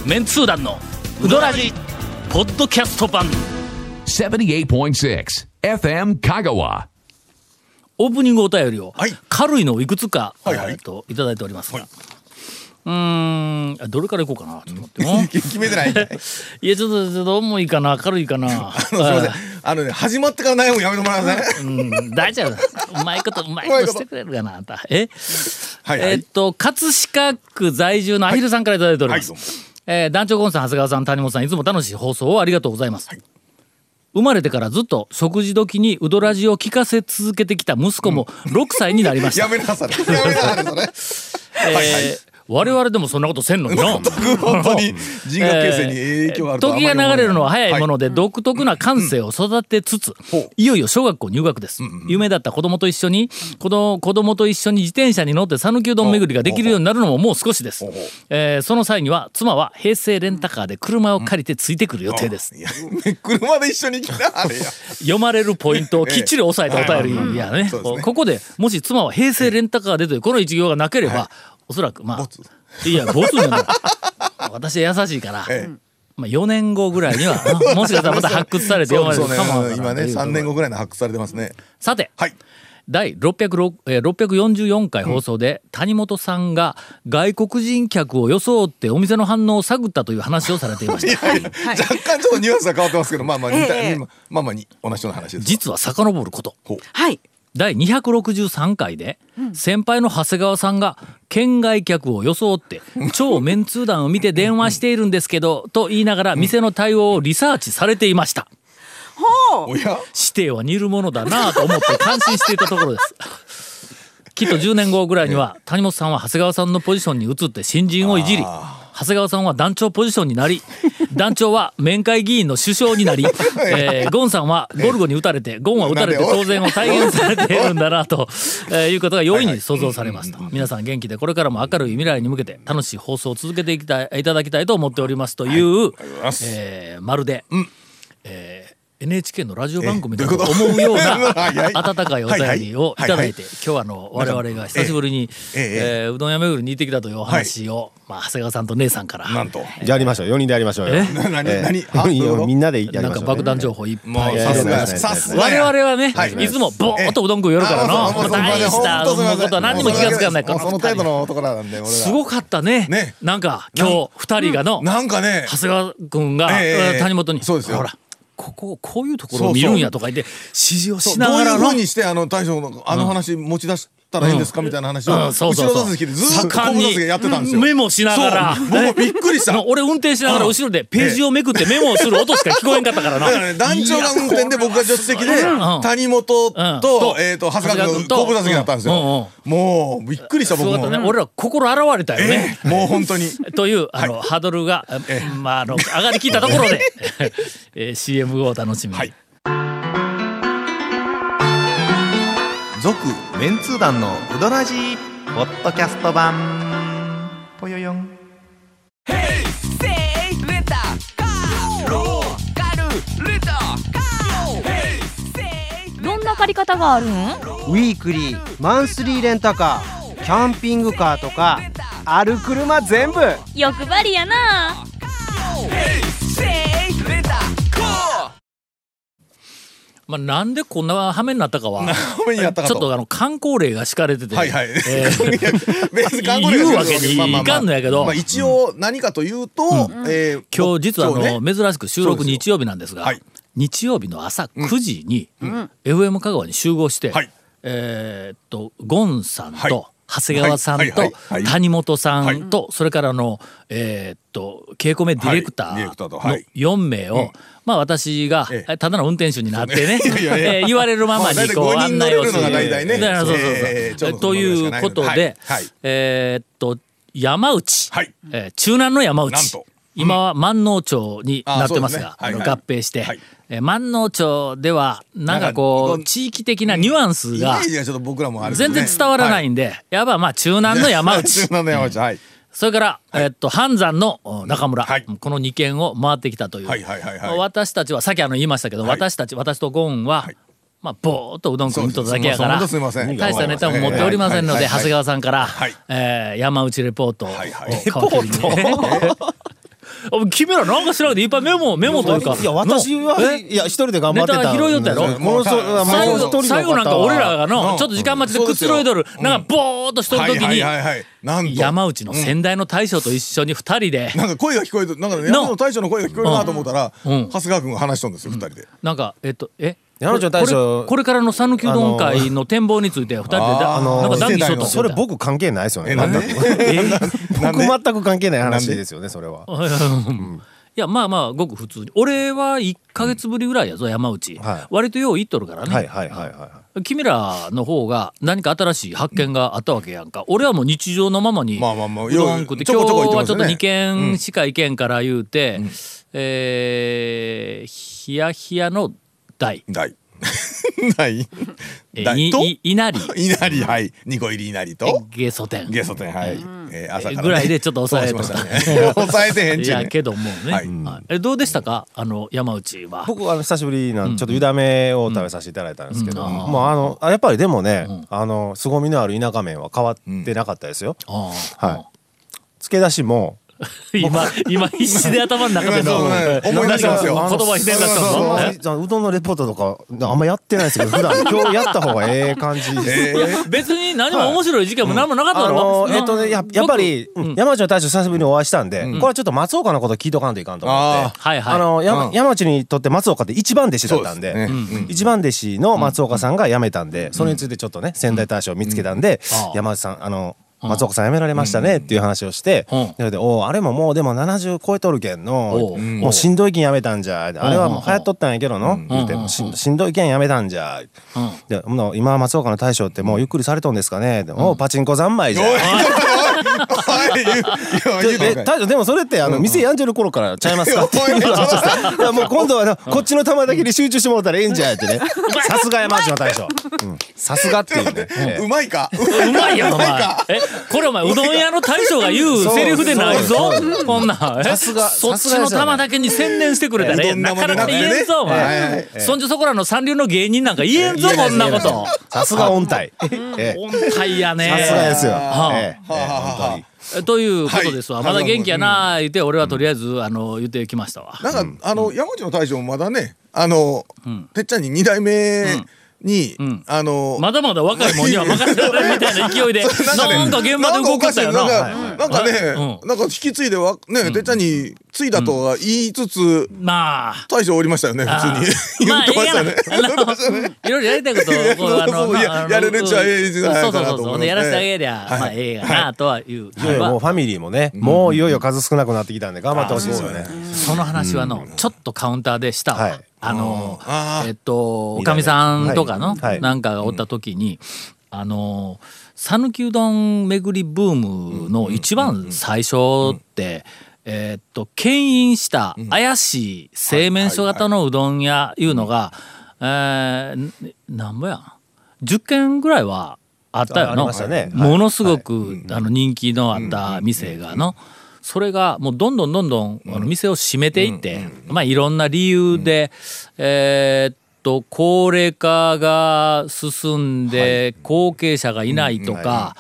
メンツー団のウドラジポッドキャスト版 78.6 FM 香川。 オープニングお便りを、 はい、 軽いのをいくつか、 はいはい、 いただいておりますが、 はい、どれからいこうかな。ちょっと待ってよ決めてない。 いやちょっと重いかな軽いかな。 すみません、ね、始まってから悩むやめてもらえません？ 大丈夫。うまいことしてくれるかなあんた。 はいはい、 葛飾区在住のアヒルさんからいただいております。団長ゴンさん、長谷川さん、谷本さん、いつも楽しい放送をありがとうございます。はい、生まれてからずっと食事時にウドラジを聞かせ続けてきた息子も6歳になりました。 やめなされ。やめなされ。はいはい、 我々でもそんなことせんのにな。 本当に人格形成に影響あると。 時が流れるのは早いもので、独特な感性を育てつつ、いよいよ小学校入学です。夢だった子供と一緒に自転車に乗って讃岐うどん巡りができるようになるのももう少しです。その際には妻は平成レンタカーで車を借りてついてくる予定です。 車で一緒に来たあれや。 読まれるポイントをきっちり押さえたお便りやね。ここでもし妻は平成レンタカーでというこの一行がなければ、おそらくボツじゃない。私は優しいから、4年後ぐらいにはもしかしたらまた発掘されて読まれるかもわからない。 今ね3年後ぐらいの発掘されてますね。 さて、 はい、 第644回放送で、谷本さんが外国人客を装ってお店の反応を探ったという話をされていました。 若干ちょっとニュアンスが変わってますけど、まあ同じような話です。 実は遡ること。 はい。 第263回で、先輩の長谷川さんが県外客を装って超メンツー団を見て電話しているんですけどと言いながら店の対応をリサーチされていました。指定は似るものだなと思って感心していたところです。きっと10年後ぐらいには谷本さんは長谷川さんのポジションに移って新人をいじり、長谷川さんは団長ポジションになり、団長は面会議員の首相になり、ゴンさんはゴルゴに打たれて、ゴンは打たれて当然を体現されているんだなと、いうことが容易に想像されますと。皆さん元気でこれからも明るい未来に向けて楽しい放送を続けていただきたいと思っておりますという、まるで、NHK のラジオ番組だと思うような温かいお便りをいただいて、今日は我々が久しぶりにうどん屋巡りに行ってきたというお話を、長谷川さんと姉さんからなんとやりましょう。4人でやりましょうよ。みんなでやりましょう。 なんか爆弾情報いっぱい。 さすが我々はね、いつもボーっとうどん食うよるからな、大したことは何にも気がつかない。 その程度の男なんで。 すごかったね。なんか今日2人がの長谷川君が谷本に、ほらこういうところを見るんやとか言って指示をしながらの、 どういうふうにして大将の話持ち出したらいいんですかみたいな話を後ろ座席でずっと小室でやってたんですよ。 メモしながら、 僕びっくりした。 俺運転しながら後ろでページをめくってメモをする音しか聞こえんかったからな。 だからね、団長が運転で僕が助手席で谷本と長谷川君後部座席だったんですよ。もうびっくりした。僕も俺ら心洗われたよね。 もう本当にというハードルが上がりきったところでCM をお楽しみに。 続メンツー団のウドラジーポッドキャスト版ぽよよん。 どんな借り方があるん？ ウィークリー、マンスリーレンタカー、キャンピングカーとかある車全部欲張りやな。 なんでこんな羽目になったかはちょっと観光令が敷かれてて、言うわけにいかんのやけど、 一応何かというと、 今日実は珍しく収録日曜日なんですが、日曜日の朝9時に FM 香川に集合して、ゴンさんと長谷川さんと谷本さんと、それから稽古目ディレクターの4名を、私がただの運転手になってね、言われるままにこう案内をするということで、山内、中南の山内、今は万能町になってますが、合併して、万能町ではなんかこう地域的なニュアンスが全然伝わらないんで、やっぱ中南の山内、それから半山の中村、この2軒を回ってきたという。私たちはさっき言いましたけど、私とゴンはぼーっとうどん食いにとっただけやから大したネタも持っておりませんので、長谷川さんから山内レポートを皮切りに君らなんか知らんでいっぱいメモというか。 いや私はいや一人で頑張ってた。 ネタ拾いよったやろ。最後なんか俺らがのちょっと時間待ちでくつろいどるなんかボーっとしとる時に山内の先代の大将と一緒に二人でなんか声が聞こえる、なんかね、山内の大将の声が聞こえるなと思ったら長谷川君が話しとんですよ、二人で。 なんか山内の大将これからの讃岐うどん会の展望について二人でなんか談義しとった。 それ僕関係ないですよね。僕全く関係ない話ですよね、それは。 いやまあごく普通に俺は1ヶ月ぶりぐらいやぞ山内、割とよう言っとるからね。君らの方が何か新しい発見があったわけやんか。俺はもう日常のままにうどん食って、今日はちょっと2軒しか行けんから言うてヒヤヒヤの大いなりはい、2個入りいなりとゲソ天はい朝からぐらいでちょっと抑えとった。 抑えてへんちゅうね。 いやけどもね、どうでしたか山内は。 僕久しぶりなんちょっと湯だめを食べさせていただいたんですけど、もうやっぱりでもね凄みのある田舎麺は変わってなかったですよ。はい。漬け出しも今必死で頭の中での思い出しますよ。 言葉ひねんだったの。うどんのレポートとかあんまやってないですけど、普段今日やった方がええ感じです。 別に何も面白い事件も何もなかったの。 やっぱり山内の大将久しぶりにお会いしたんで、これはちょっと松岡のこと聞いとかんといかんと思って、山内にとって松岡って一番弟子だったんで、一番弟子の松岡さんが辞めたんで、それについてちょっとね先代大将を見つけたんで、山内さん松岡さん辞められましたねっていう話をして、であれももうでも70超えとるけんの、もうしんどいけん辞めたんじゃ、あれはもう流行っとったんやけどの言うて、しんどいけん辞めたんじゃ、で今松岡の大将ってもうゆっくりされとんですかね、パチンコ三昧じゃ。大将でもそれって店やんじゃる頃からちゃいますかっていう話をして、もう今度はこっちの玉だけに集中してもらったらええんじゃってね。さすが山内の大将、さすがっていうね。 うまいかうまいやんお前。これお前うどん屋の大将が言うセリフでないぞこんな。さすがそっちの玉だけに専念してくれたらなかなか言えんぞお前。そんじょそこらの三流の芸人なんか言えんぞこんなこと。 さすが音体音体やね。 さすがですよ。 ということですわ。まだ元気やな言って俺はとりあえず言ってきましたわ。 なんか山内の大将もまだねてっちゃんに2代目にまだまだ若いもんには任せられるみたいな勢いでなんか現場で動かしたよな。 なんかねなんか引き継いでねてっちゃんに継いだとは言いつつ大将おりましたよね普通に言ってましたね。 いろいろやりたいことをやれるっちゃええじゃないかなと思ってやらせてあげりゃまあええがなとはいう。 いよいよもうファミリーもねもういよいよ数少なくなってきたんで頑張ってほしいですよね。 その話はちょっとカウンターでしたわ。おかみさんとかのなんかがおった時に讃岐うどん巡りブームの一番最初って牽引した怪しい製麺所型のうどん屋いうのがなんぼや10軒ぐらいはあったよの。ものすごく人気のあった店がの。それがもうどんどん店を閉めていっていろんな理由で高齢化が進んで後継者がいないとか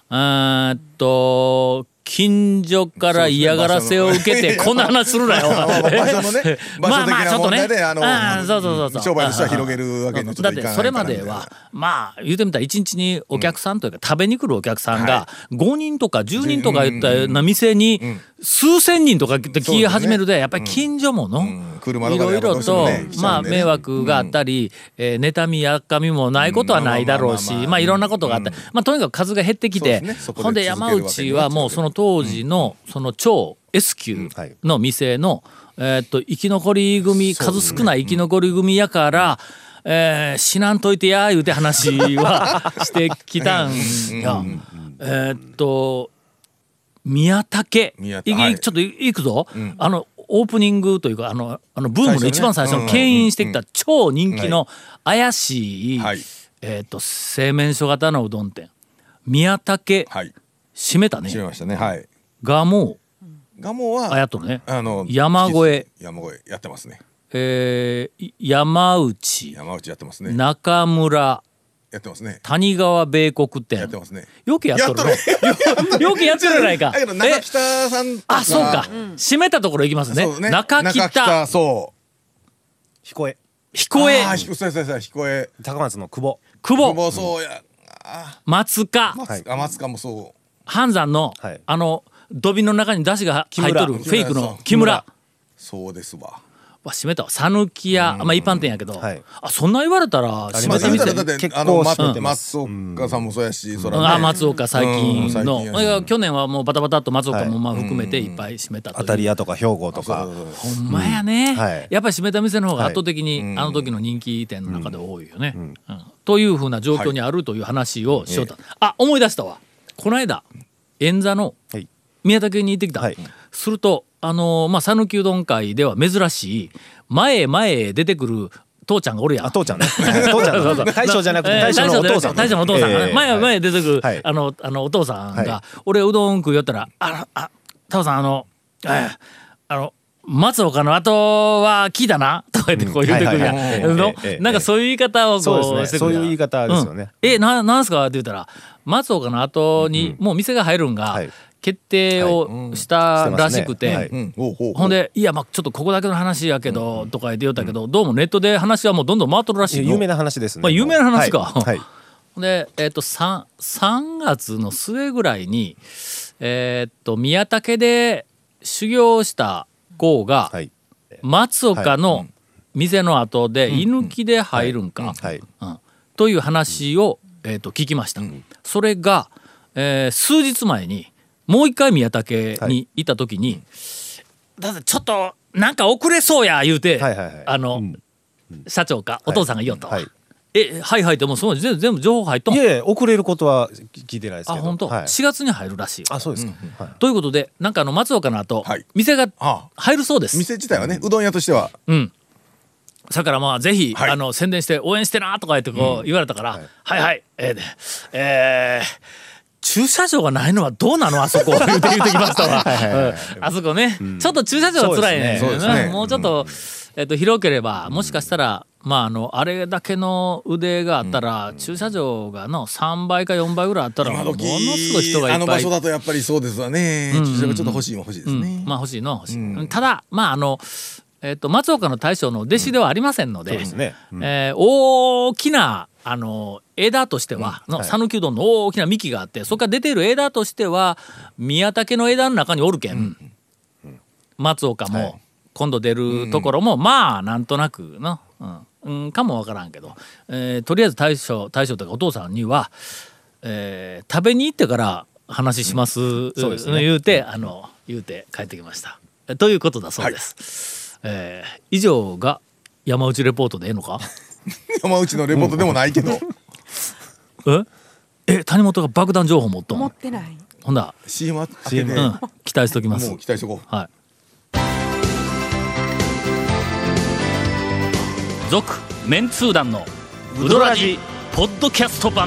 近所から嫌がらせを受けてこんな話するなよ。 まあちょっとねそう商売としては広げるわけにはちょっといかないから。 だってそれまではまあ言うてみたら1日にお客さんというか食べに来るお客さんが5人とか10人とかいったような店に数千人とかって聞き始めるでやっぱり近所ものいろいろと迷惑があったり妬みやっかみもないことはないだろうしいろんなことがあってとにかく数が減ってきてほんで山内はもうその当時のその超 S 級の店の生き残り組数少ない生き残り組やから死なんといてや言うて話はしてきたんや。宮武ちょっと行くぞ。オープニングというかブームの一番最初の牽引してきた超人気の怪しい製麺所型のうどん店宮武閉めたね。 閉めましたね。はい。 蒲生はやっとね山越やってますね。 山内やってますね。 中村やってますね。 谷川米国店やってますね。 よくやっとるね。よくやってるじゃないか。 中北さんとか。 そうか。閉めたところ行きますね。中北。 そう。 彦江。 彦江。 彦江。 高松の久保。 久保。 そうや。 松川。 松川もそう。 半山の土瓶の中に出汁が入っとるフェイクの木村。 そうですわ。 閉めたわ。讃岐屋、まあ一般店やけど、そんな言われたら閉めた店結構閉めてます。 松岡さんもそうやし、 松岡最近の、去年はもうバタバタっと松岡もまあ含めていっぱい閉めたという。 当たり屋とか兵庫とか。 ほんまやね。やっぱり閉めた店の方が圧倒的にあの時の人気店の中で多いよね。というふうな状況にあるという話をしようと。思い出したわ。この間円座の宮武に行ってきた。すると讃岐うどん会では珍しい前へ出てくる父ちゃんがおるやん。 父ちゃんね。父ちゃん大将じゃなくて大将のお父さん。 大将のお父さんがね。前へ出てくるお父さんが俺うどん食いよったらタオさん松岡の後は聞いたなとか言ってこう言うてくるやん。なんかそういう言い方をこうしてくるやん。 そういう言い方ですよね。 なんすかって言ったら松岡の後にもう店が入るんが決定をしたらしくて、ほんでいやちょっとここだけの話やけどとか言って言ったけど、どうもネットで話はもうどんどん回っとるらしいの。 有名な話ですね。 有名な話か。で3月の末ぐらいに宮武で修行した子が松岡の店の後で居抜きで入るんかという話を聞きました。それが数日前にもう一回宮武に行った時に、だってちょっとなんか遅れそうや言うて社長かお父さんが言おうと。はいってもうその全部情報入っとん。 いえ遅れることは聞いてないですけど。 本当。4月に入るらしいよ。 そうですか。 ということでなんか松岡の後店が入るそうです。 店自体はねうどん屋としては。 それからぜひ宣伝して応援してなとか言ってこう言われたから駐車場がないのはどうなのあそこ言ってきましたわ。あそこねちょっと駐車場が辛いね。もうちょっと広ければもしかしたらあれだけの腕があったら駐車場が3倍か4倍ぐらいあったらものすごい人がいっぱい。 場所だとやっぱりそうですわね。駐車場ちょっと欲しいですね。 欲しい。ただ松岡の大将の弟子ではありませんので、大きな枝としては讃岐うどんの大きな幹があって、そこから出ている枝としては宮武の枝の中におるけん、松岡も今度出るところもなんとなくかもわからんけど、とりあえず大将というかお父さんには、食べに行ってから話します言うて帰ってきましたということだそうです。以上が山内レポートでええのか？ 山内のレポートでもないけど谷本が爆弾情報持っとん？ 持ってない。 ほんだ CM 期待しときます。 もう期待しとこう。 続メンツー団のウドラジポッドキャスト版。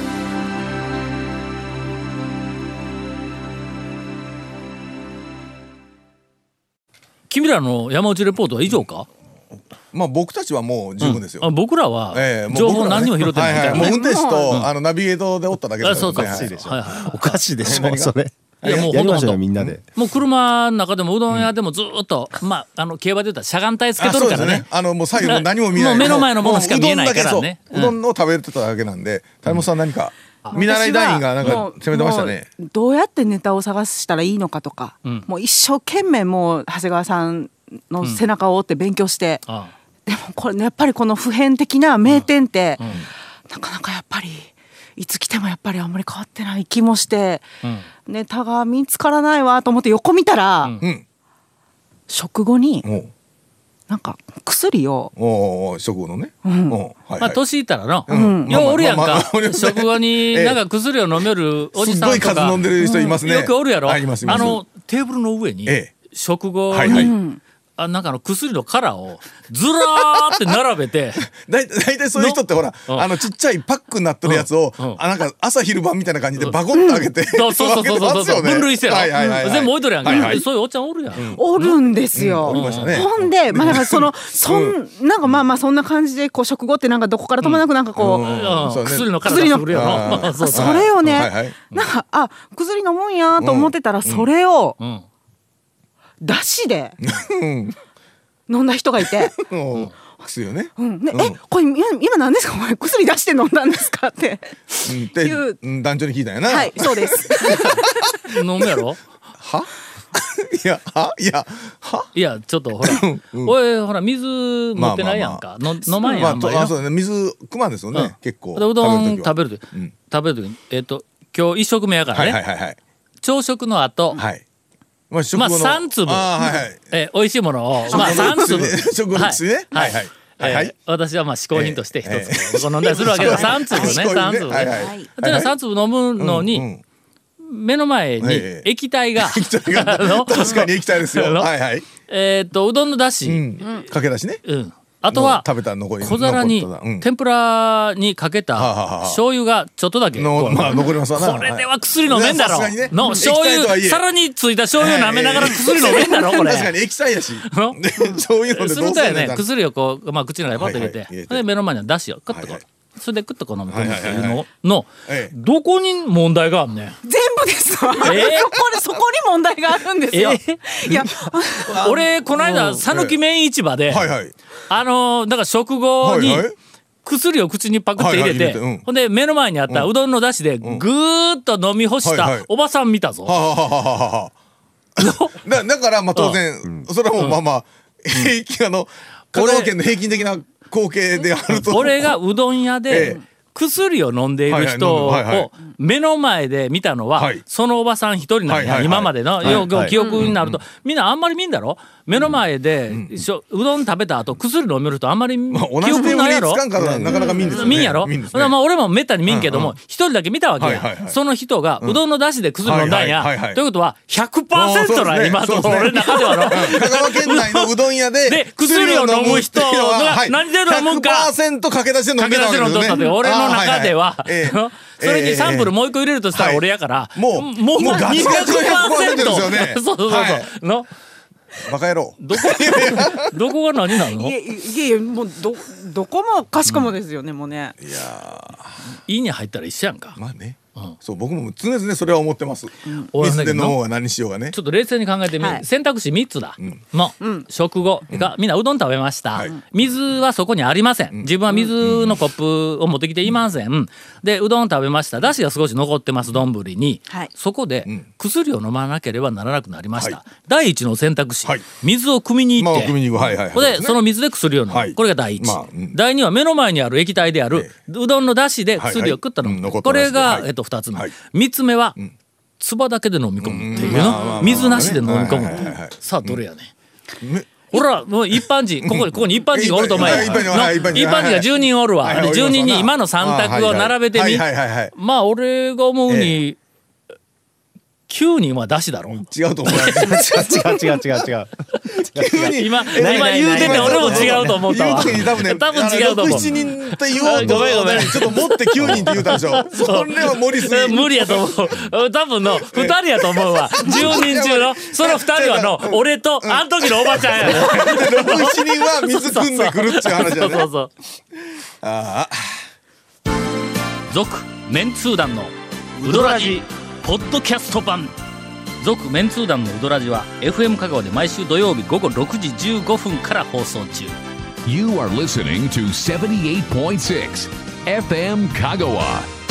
君らの山内レポートは以上か？ 僕たちはもう十分ですよ。 僕らは情報何にも拾ってないみたいな。 もう運転手とナビゲートでおっただけです。 おかしいでしょそれ。 いやもうほんとみんなでもう車の中でもうどん屋でもずっと競馬で言ったらしゃがん帯つけとるからね。 もう左右何も見ない。 もう目の前のものしか見えないからね。 うどんを食べてただけなんで。谷本さん何か見習い団員がなんか攻めてましたね。 どうやってネタを探したらいいのかとか、もう一生懸命もう長谷川さんの背中を追って勉強して、でもこれやっぱりこの普遍的な名店ってなかなかやっぱりいつ来てもやっぱりあんまり変わってない気もして、ネタが見つからないわと思って横見たら、食後になんか薬を食後のね、 年いったらのようおるやんか。食後になんか薬を飲めるおじさんとかすごい数飲んでる人いますね。 よくおるやろ。テーブルの上に食後になんか薬の殻をずらーって並べてだいたいそういう人ってほらちっちゃいパックになってるやつをなんか朝昼晩みたいな感じでバコッと開けてそう分類してる全部置いとるやんかそういうおっちゃんおるやんおるんですよ。ほんでなんかなんかまあそんな感じでこう食後ってなんかどこからともなくなんかこう薬の殻がするやろそれをねなんか薬飲むんやと思ってたらそれをだしで飲んだ人がいて薬よね。 これ今何ですか、お前薬出して飲んだんですかっていう団長に聞いたんやな。 はい、そうです。 飲むやろ。 いやちょっとほら俺ほら水持ってないやんか飲まんやん。 そうね、水くまんですよね結構。 うどん食べる時今日一食目やからね。朝食の後。まあ3粒美味しいものをまあ3粒私はまあ嗜好品として1つ飲んだりするわけで3粒ね3粒飲むのに目の前に液体が確かに液体ですよ。 うどんのだしかけだしね。 あとは小皿に天ぷらにかけた醤油がちょっとだけ残りますわな。 これでは薬飲めんだろの醤油皿についた醤油舐めながら薬飲めんだろこれ。 確かに液体やし醤油飲んでどうするんだよ。 薬をこう口の中にパッと入れてで目の前にだしをクッとこうそれでクッとこう飲み込むっていうのどこに問題があんねん。 全部ですわ。そこに問題があるんですよ。いや俺この間讃岐麺市場でだから食後に薬を口にパクって入れてほんで目の前にあったうどんのだしでぐーっと飲み干したおばさん見たぞ。 だからまあ当然それはもうまあまあ香川県の平均的な光景であると。 俺がうどん屋で薬を飲んでいる人を目の前で見たのはそのおばさん一人なんや。今までの記憶になるとみんなあんまり見んだろ。目の前でうどん食べた後薬飲める人あんまり記憶ないやろ。 なかなか見んですよね。 見んやろ。まあ俺もめったに見んけども一人だけ見たわけや。その人がうどんのだしで薬飲んだんや。ということは 100% なんや今と俺の中ではの。 香川県内のうどん屋で薬を飲む人が何で飲むか 100% 駆け出して飲んでたわけですね。 俺の中ではそれにサンプルもう一個入れるとしたら俺やからもうガチガチの 100% ですよね。 そうのバカ野郎。 どこが何なの。 いやもうどこもかしこもですよねもうね。 いやいいに入ったら一緒やんか。 まあね。そう僕も常々それは思ってます。水で飲もうが何しようがね。 ちょっと冷静に考えてみる。選択肢3つだの食後がみんなうどん食べました。水はそこにありません。自分は水のコップを持ってきていません。でうどん食べました。だしが少し残ってます丼に。そこで薬を飲まなければならなくなりました。第一の選択肢水を汲みに行ってでその水で薬を飲む。これが第一。第二は目の前にある液体であるうどんのだしで薬を食ったの。これが2つ目。3つ目は唾だけで飲み込むっていうの。水なしで飲み込むっていう。さあどれやねん。ほらもう一般人ここに一般人がおると思え。一般人が10人おるわ。10人に今の3択を並べてみ。まあ俺が思うに9人はだしだろ。 違うと思う。 違う。 今言うてて俺も違うと思ったわ。多分違うと思う。 7人って言おうとちょっと持って9人って言うたでしょ。それは盛りすぎ。 無理やと思う。多分の2人やと思うわ。10人中のその2人はの俺とあん時のおばちゃんやね。 7人は水汲んでくるっていう話だね。 そう続メンツー団のウドラジポッドキャスト版。続メンツー団のウドラジは FM 香川で毎週土曜日午後6時15分から放送中。 You are listening to 78.6 FM 香川。